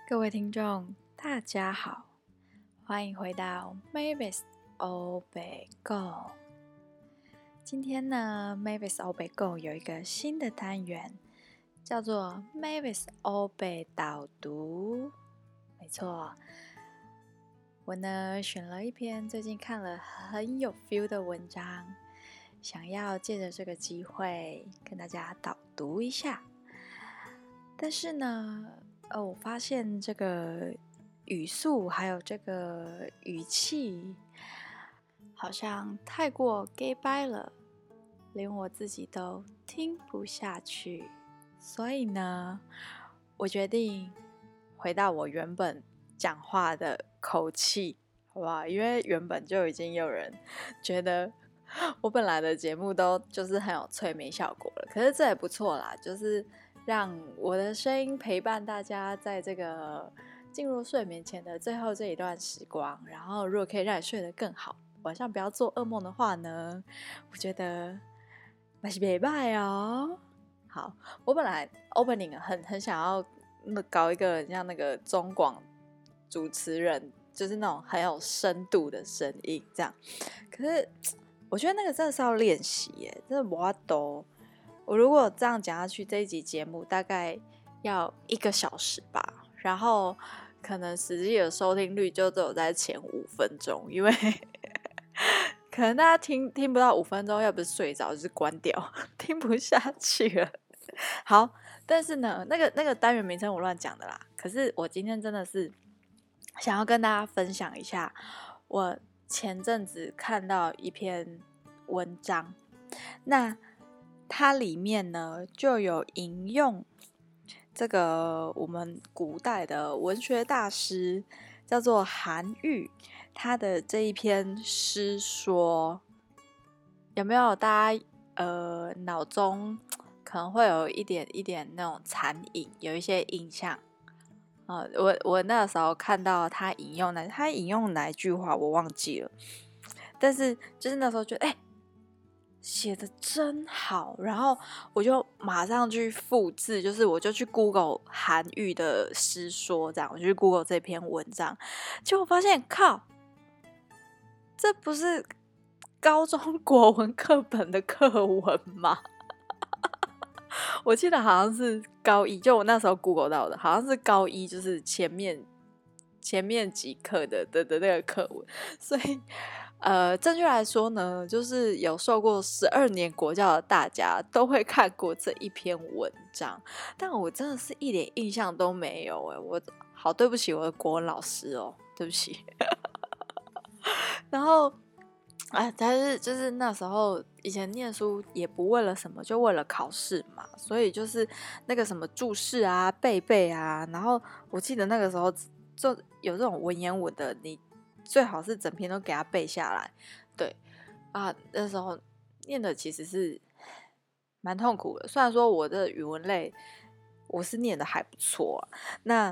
各位听众，大家好，欢迎回到 Mavis 欧北共。今天呢 ，Mavis 欧北共有一个新的单元，叫做 Mavis 欧北导读。没错，我呢选了一篇最近看了很有 feel 的文章，想要借着这个机会跟大家导读一下。但是呢，我发现这个语速还有这个语气，好像太过 gay bye 了，连我自己都听不下去。所以呢，我决定回到我原本讲话的口气，好不好？因为原本就已经有人觉得我本来的节目都就是很有催眠效果了，可是这也不错啦，就是让我的声音陪伴大家在这个进入睡眠前的最后这一段时光，然后如果可以让你睡得更好，晚上不要做噩梦的话呢，我觉得还是不错哦。好，我本来 opening 很想要搞一个像那个中广主持人，就是那种很有深度的声音这样，可是我觉得那个真的是要练习耶，真的没办法。我如果这样讲下去，这一集节目大概要1个小时吧，然后可能实际的收听率就只有在前5分钟，因为可能大家听不到5分钟，要不是睡着就是关掉，听不下去了。好，但是呢，那个单元名称我乱讲的啦。可是我今天真的是想要跟大家分享一下，我前阵子看到一篇文章，那它里面呢就有引用这个我们古代的文学大师叫做韩愈，他的这一篇诗说，有没有大家脑中可能会有一点那种残影，有一些印象？我那时候看到他引用哪一句话我忘记了，但是就是那时候觉得写的真好，然后我就马上去复制，就是我就去 Google 韩愈的诗说，这样我就去 Google 这篇文章，结果发现靠，这不是高中国文课本的课文吗？我记得好像是高一，就我那时候 Google 到的，好像是高一，就是前面几课的那个课文，所以正确来说呢，就是有受过12年国教的大家都会看过这一篇文章，但我真的是一点印象都没有我好对不起我的国文老师哦，对不起。然后但是就是那时候以前念书也不为了什么，就为了考试嘛，所以就是那个什么注释啊、背啊，然后我记得那个时候就有这种文言文的，你最好是整篇都给它背下来。对啊，那时候念的其实是蛮痛苦的，虽然说我的语文类我是念的还不错啊，那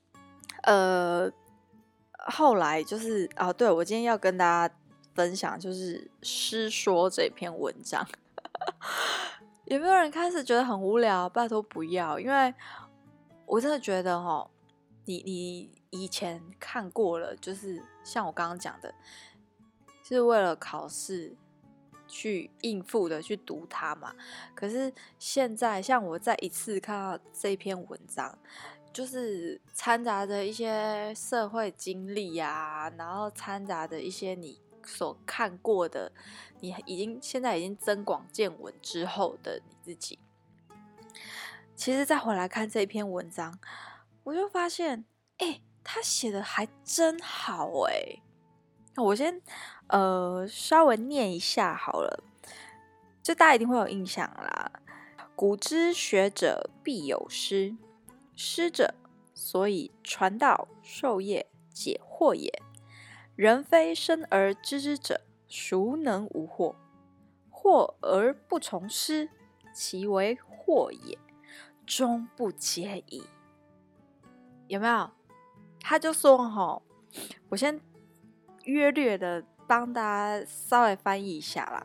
后来就是对，我今天要跟大家分享就是诗说这篇文章。有没有人开始觉得很无聊？拜托不要，因为我真的觉得你以前看过了，就是像我刚刚讲的，是为了考试去应付的去读它嘛。可是现在像我再一次看到这篇文章，就是掺杂着一些社会经历啊，然后掺杂着一些你所看过的，你现在已经增广见闻之后的你自己，其实再回来看这篇文章，我就发现，他写的还真好我先稍微念一下好了，就大家一定会有印象啦。古之学者必有师，师者，所以传道授业解惑也。人非生而知之者，孰能无惑？惑而不从师，其为惑也，终不解矣。有没有？他就说我先约略的帮大家稍微翻译一下啦，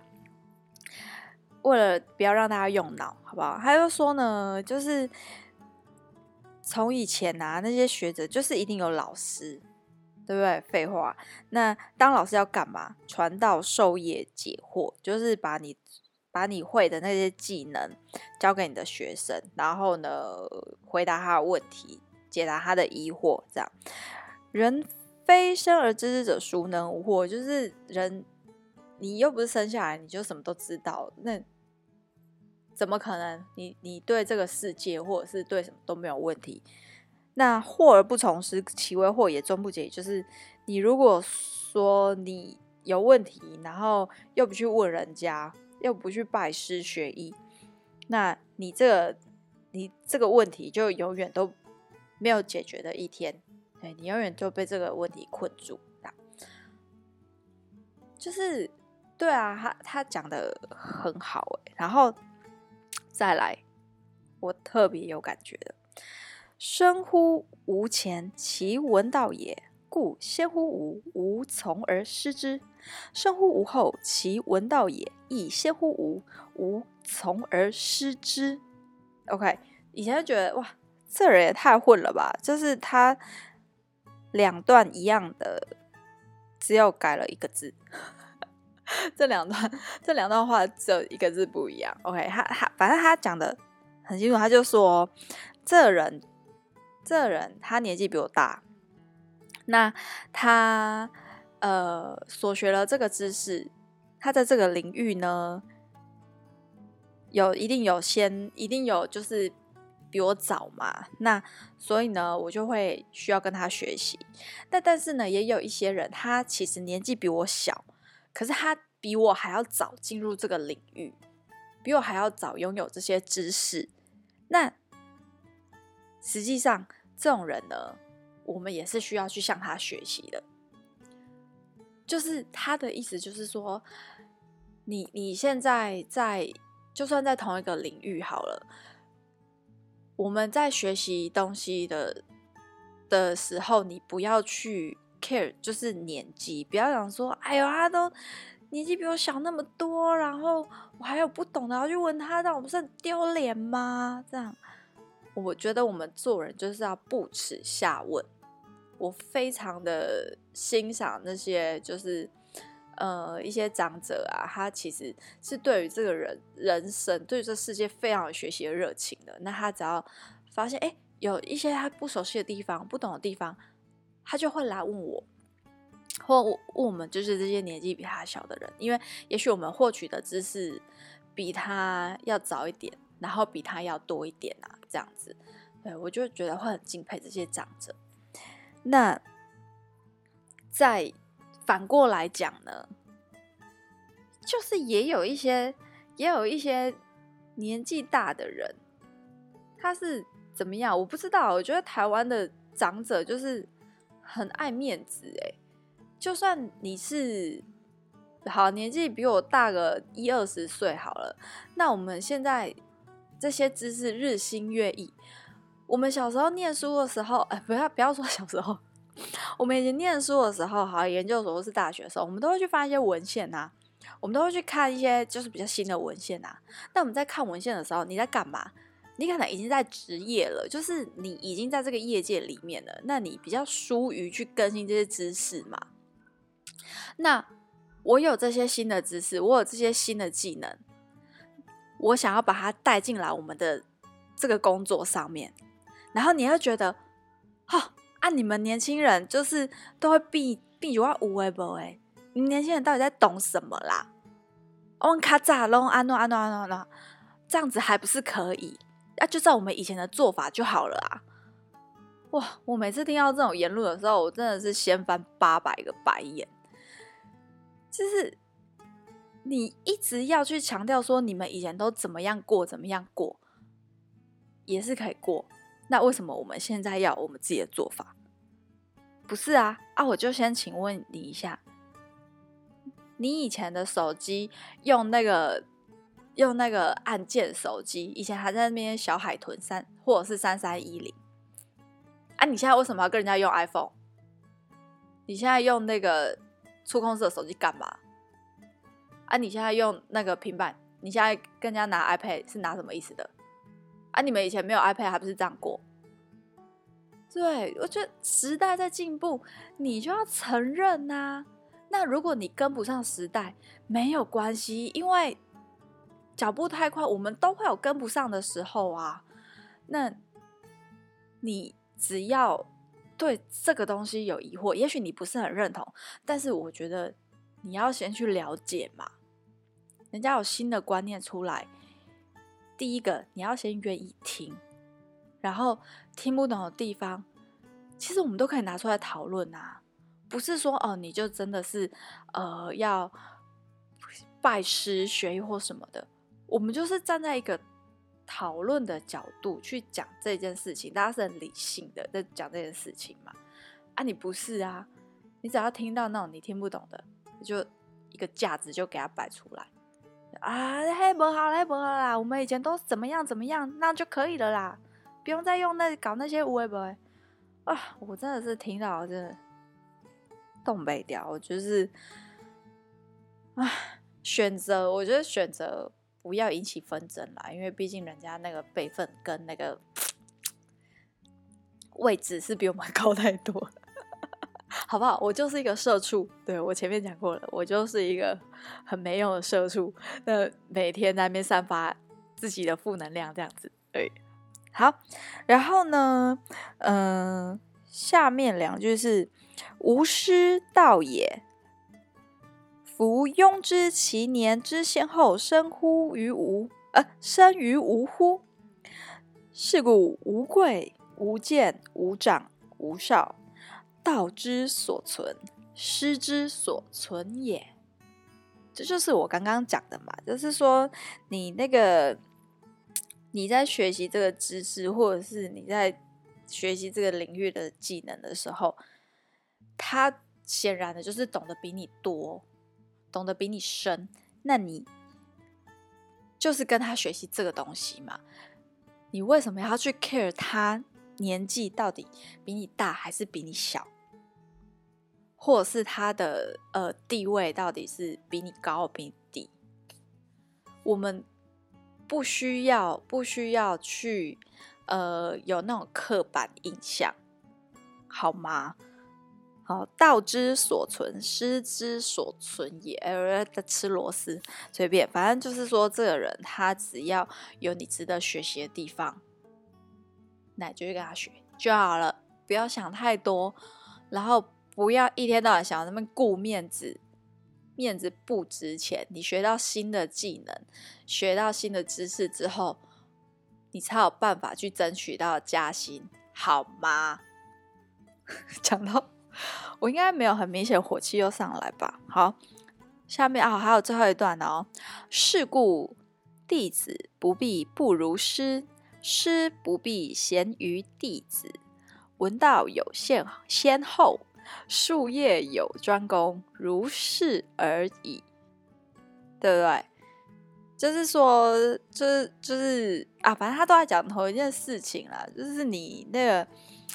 为了不要让大家用脑，好不好？他就说呢，就是从以前啊，那些学者就是一定有老师，对不对？废话，那当老师要干嘛？传道授业解惑，就是把你会的那些技能交给你的学生，然后呢，回答他的问题，解答他的疑惑，这样。人非生而知之者，孰能无惑？就是人，你又不是生下来你就什么都知道，那怎么可能你对这个世界或者是对什么都没有问题？那惑而不从师，其为惑也，终不解。就是你如果说你有问题，然后又不去问人家，又不去拜师学艺，那你这个问题就永远都没有解决的一天。对，你永远就被这个问题困住。就是对啊，他讲的很好然后再来，我特别有感觉的，生乎吾前，其闻道也，故先乎吾，吾从而师之；生乎吾后，其闻道也，亦先乎吾，吾从而师之。OK， 以前就觉得哇，这人也太混了吧，就是他两段一样的，只有改了一个字。这两段话只有一个字不一样。OK， 反正他讲的很清楚，他就说这人他年纪比我大，那他所学了这个知识，他在这个领域呢一定有就是比我早嘛，那所以呢我就会需要跟他学习。但是呢也有一些人他其实年纪比我小，可是他比我还要早进入这个领域，比我还要早拥有这些知识。那实际上这种人呢，我们也是需要去向他学习的。就是他的意思就是说，你现在就算在同一个领域好了，我们在学习东西的时候，你不要去 care 就是年纪，不要想说哎呦他都年纪比我小那么多，然后我还有不懂的要去问他，让我不是很丢脸吗？这样我觉得我们做人就是要不耻下问。我非常的欣赏那些就是一些长者啊，他其实是对于这个人生对于这世界非常有学习的热情的。那他只要发现有一些他不熟悉的地方不懂的地方，他就会来问我，或问我们就是这些年纪比他小的人，因为也许我们获取的知识比他要早一点，然后比他要多一点啊，这样子。对，我就觉得会很敬佩这些长者。那再反过来讲呢，就是也有一些年纪大的人，他是怎么样？我不知道。我觉得台湾的长者就是很爱面子就算你是好年纪比我大个10-20岁好了，那我们现在这些知识日新月异。我们小时候念书的时候，不要说小时候，我们以前念书的时候，好研究所或是大学的时候，我们都会去翻一些文献啊，我们都会去看一些就是比较新的文献啊。那我们在看文献的时候，你在干嘛？你可能已经在职业了，就是你已经在这个业界里面了，那你比较疏于去更新这些知识嘛。那我有这些新的知识，我有这些新的技能，我想要把它带进来我们的这个工作上面，然后你会觉得你们年轻人就是都会避有啊有的没的，你们年轻人到底在懂什么啦？我们较早拢安怎，这样子还不是可以？就照我们以前的做法就好了啊！哇，我每次听到这种言论的时候，我真的是先翻800个白眼。就是你一直要去强调说你们以前都怎么样过，也是可以过。那为什么我们现在要我们自己的做法？不是啊，我就先请问你一下，你以前的手机用那个按键手机，以前还在那边小海豚或者是3310你现在为什么要跟人家用 iPhone？ 你现在用那个触控式的手机干嘛？你现在用那个平板，你现在跟人家拿 iPad 是拿什么意思的？你们以前没有 iPad 还不是这样过？ 对，我觉得时代在进步，你就要承认啊。那如果你跟不上时代，没有关系，因为脚步太快，我们都会有跟不上的时候啊。那你只要对这个东西有疑惑，也许你不是很认同，但是我觉得你要先去了解嘛。人家有新的观念出来，第一个你要先愿意听，然后听不懂的地方，其实我们都可以拿出来讨论啊。不是说你就真的是要拜师学艺或什么的，我们就是站在一个讨论的角度去讲这件事情，大家是很理性的在讲这件事情嘛。啊，你不是啊，你只要听到那种你听不懂的，你就一个架子就给它摆出来啊，嘿，不好嘞，不好啦，我们以前都怎么样怎么样，那就可以了啦，不用再用搞那些有的没的啊！我真的是听到真的动不掉，我就是我觉得选择不要引起纷争啦，因为毕竟人家那个辈分跟那个位置是比我们高太多好不好？我就是一个社畜，对，我前面讲过了，我就是一个很没用的社畜，那每天在那边散发自己的负能量这样子。对，好，然后呢下面两句是吾师道也，夫庸知其年之先后生于吾乎？是故无贵无贱无长无少，道之所存，师之所存也。这就是我刚刚讲的嘛，就是说你在学习这个知识，或者是你在学习这个领域的技能的时候，他显然的就是懂得比你多，懂得比你深，那你就是跟他学习这个东西嘛。你为什么要去 care 他年纪到底比你大还是比你小，或者是他的地位到底是比你高比你低？我们不需要去有那种刻板印象，好吗？好，道之所存，师之所存也。在吃螺丝，随便，反正就是说，这个人他只要有你值得学习的地方，那你就去跟他学就好了，不要想太多，然后不要一天到晚想那么顾面子，面子不值钱。你学到新的技能，学到新的知识之后，你才有办法去争取到加薪，好吗？讲到我应该没有很明显火气又上来吧。好，下面还有最后一段哦。是故弟子不必不如师，师不必贤于弟子。闻道有先后，术业有专攻，如是而已。对不对？就是说，就是啊，反正他都在讲同一件事情啦，就是你那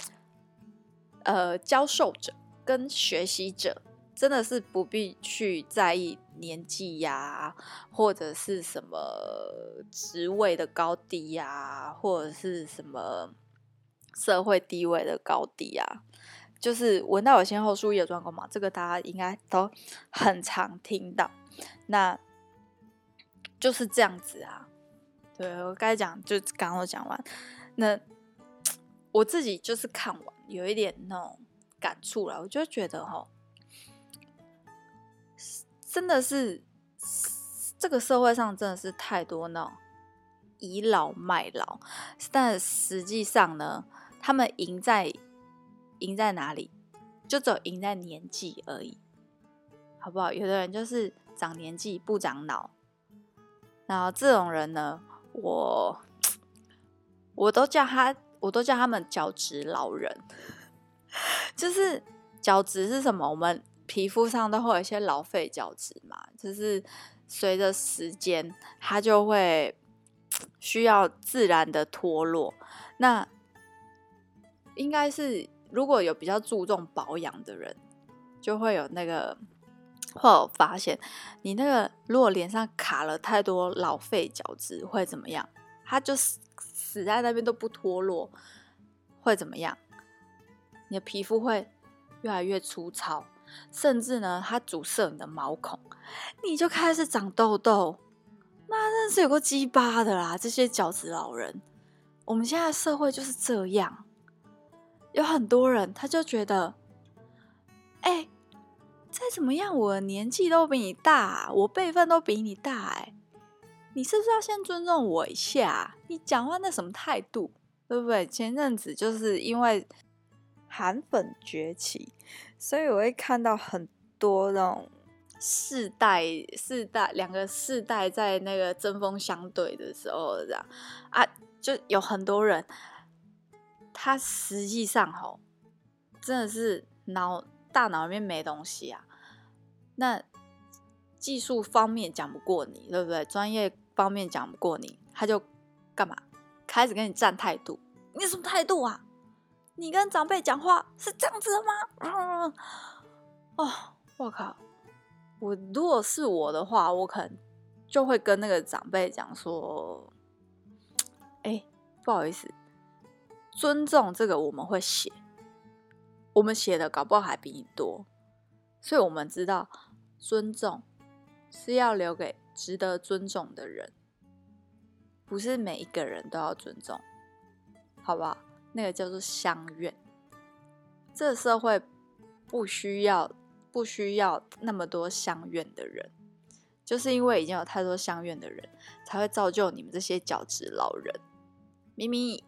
个教授者跟学习者真的是不必去在意年纪呀，或者是什么职位的高低呀，或者是什么社会地位的高低啊。就是闻道有先后，术业有专攻嘛，这个大家应该都很常听到。那就是这样子啊。对，我该讲就刚刚都讲完。那我自己就是看完有一点那种感触啦，我就觉得真的是这个社会上真的是太多那种倚老卖老，但实际上呢，他们赢在哪里？就只有赢在年纪而已，好不好？有的人就是长年纪不长脑，然后这种人呢，我都叫他们角质老人。就是角质是什么？我们皮肤上都会有一些老废角质嘛，就是随着时间它就会需要自然的脱落。那应该是如果有比较注重保养的人，就会有发现，你那个如果脸上卡了太多老废角质会怎么样？它就死在那边都不脱落，会怎么样？ 你的皮肤会越来越粗糙，甚至呢它阻塞你的毛孔，你就开始长痘痘。妈，真的是有个鸡巴的啦！这些角质老人，我们现在社会就是这样，有很多人他就觉得，再怎么样，我的年纪都比你大，我辈分都比你大，你是不是要先尊重我一下？你讲话那什么态度，对不对？前阵子就是因为韩粉崛起，所以我会看到很多那种两个世代在那个针锋相对的时候，这样啊，就有很多人，他实际上真的是大脑里面没东西啊。那技术方面讲不过你，对不对？专业方面讲不过你，他就干嘛？开始跟你站态度。你什么态度啊？你跟长辈讲话是这样子的吗？我靠！如果是我的话，我可能就会跟那个长辈讲说，不好意思，尊重这个我们会写，我们写的搞不好还比你多，所以我们知道尊重是要留给值得尊重的人，不是每一个人都要尊重，好不好？那个叫做乡愿。这个社会不需要那么多乡愿的人，就是因为已经有太多乡愿的人，才会造就你们这些角质老人。明明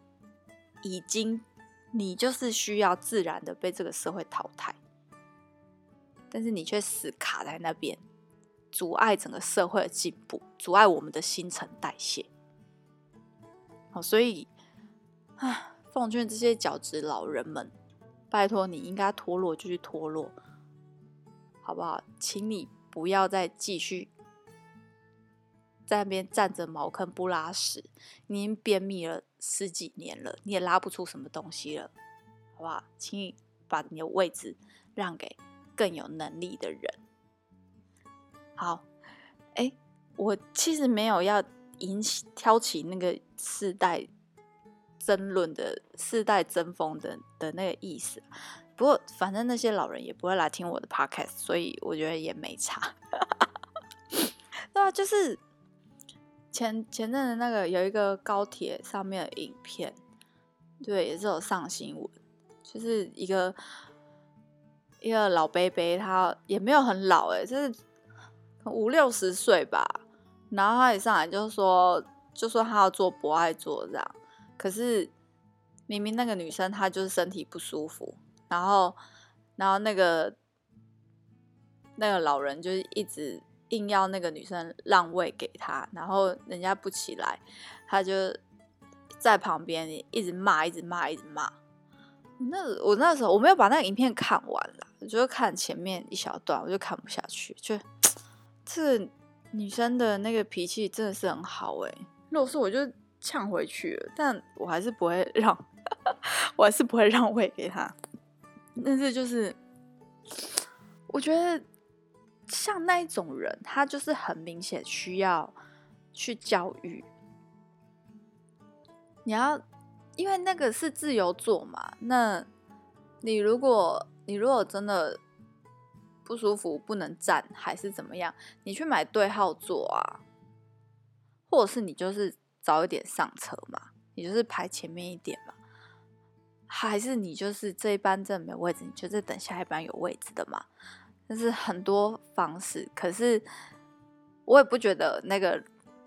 你就是需要自然的被这个社会淘汰，但是你却死卡在那边，阻碍整个社会的进步，阻碍我们的新陈代谢。所以奉劝这些角质老人们，拜托你应该脱落就去脱落，好不好？请你不要再继续在那边站着茅坑不拉屎，你已经便秘了10几年了，你也拉不出什么东西了，好不好？请你把你的位置让给更有能力的人。好，我其实没有要挑起那个世代争论的世代争锋的那个意思，不过反正那些老人也不会来听我的 podcast， 所以我觉得也没差。对啊，就是前阵子那个有一个高铁上面的影片，对，也是有上新闻，就是一个老伯伯，他也没有很老就是50-60岁吧，然后他一上来就说他要做博爱座这样，可是明明那个女生她就是身体不舒服，然后那个老人就是一直硬要那个女生让位给他，然后人家不起来，他就在旁边一直骂。我那时候我没有把那个影片看完啦，我就看前面一小段，我就看不下去，就这个女生的那个脾气真的是很好如果是我就呛回去了，但我还是不会让位给她。但是就是我觉得像那一种人，他就是很明显需要去教育。因为那个是自由座嘛，那你如果真的不舒服不能站还是怎么样，你去买对号座啊，或者是你就是早一点上车嘛，你就是排前面一点嘛，还是你就是这一班真的没位置，你就是等下一班有位置的嘛。但是很多方式，可是我也不觉得那个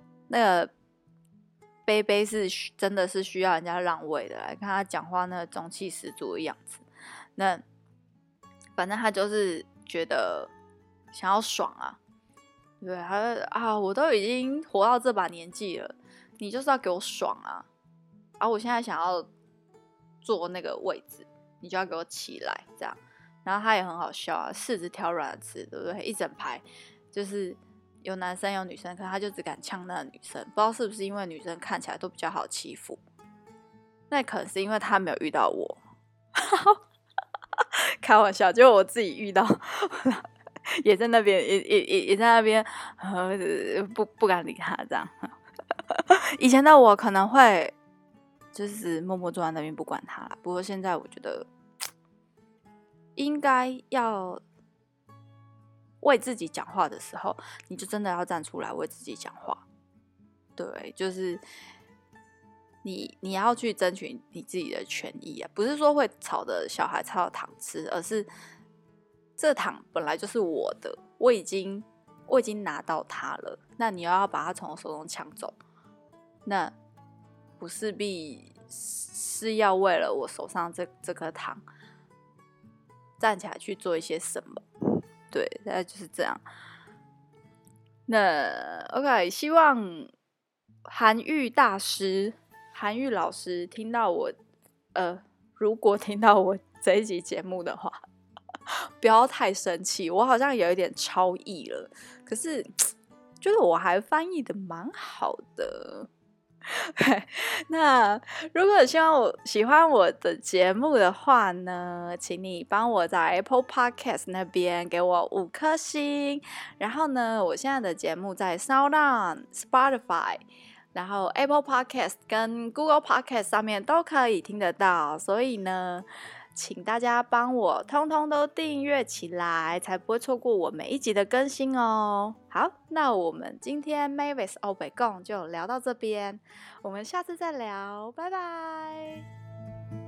杯是真的是需要人家让位的。来看他讲话那个中气十足的样子，那反正他就是觉得想要爽啊，对我都已经活到这把年纪了，你就是要给我爽啊！我现在想要坐那个位置，你就要给我起来这样。然后他也很好笑啊，柿子挑软的吃，对不对？一整排就是有男生有女生，可是他就只敢呛那个女生，不知道是不是因为女生看起来都比较好欺负，那可能是因为他没有遇到我。开玩笑，结果我自己遇到，也在那边，也在那边，不敢理他这样。以前的我可能会就是默默坐在那边不管他啦，不过现在我觉得应该要为自己讲话的时候，你就真的要站出来为自己讲话。对，就是你要去争取你自己的权益啊，不是说会吵的小孩才有糖吃，而是这糖本来就是我的，我已经拿到它了，那你又要把它从我手中抢走，那不势必是要为了我手上这颗糖站起来去做一些什么。对，大概就是这样。那 OK， 希望韩愈大师、韩愈老师听到我，如果听到我这一集节目的话，不要太生气。我好像有一点超译了，可是觉得我还翻译的蛮好的。那如果喜欢我的节目的话呢，请你帮我在 Apple Podcast 那边给我5颗星。然后呢，我现在的节目在 SoundOn、Spotify， 然后 Apple Podcast 跟 Google Podcast 上面都可以听得到。所以呢，请大家帮我通通都订阅起来，才不会错过我每一集的更新哦。好，那我们今天 Mavis 欧北共就聊到这边，我们下次再聊，拜拜。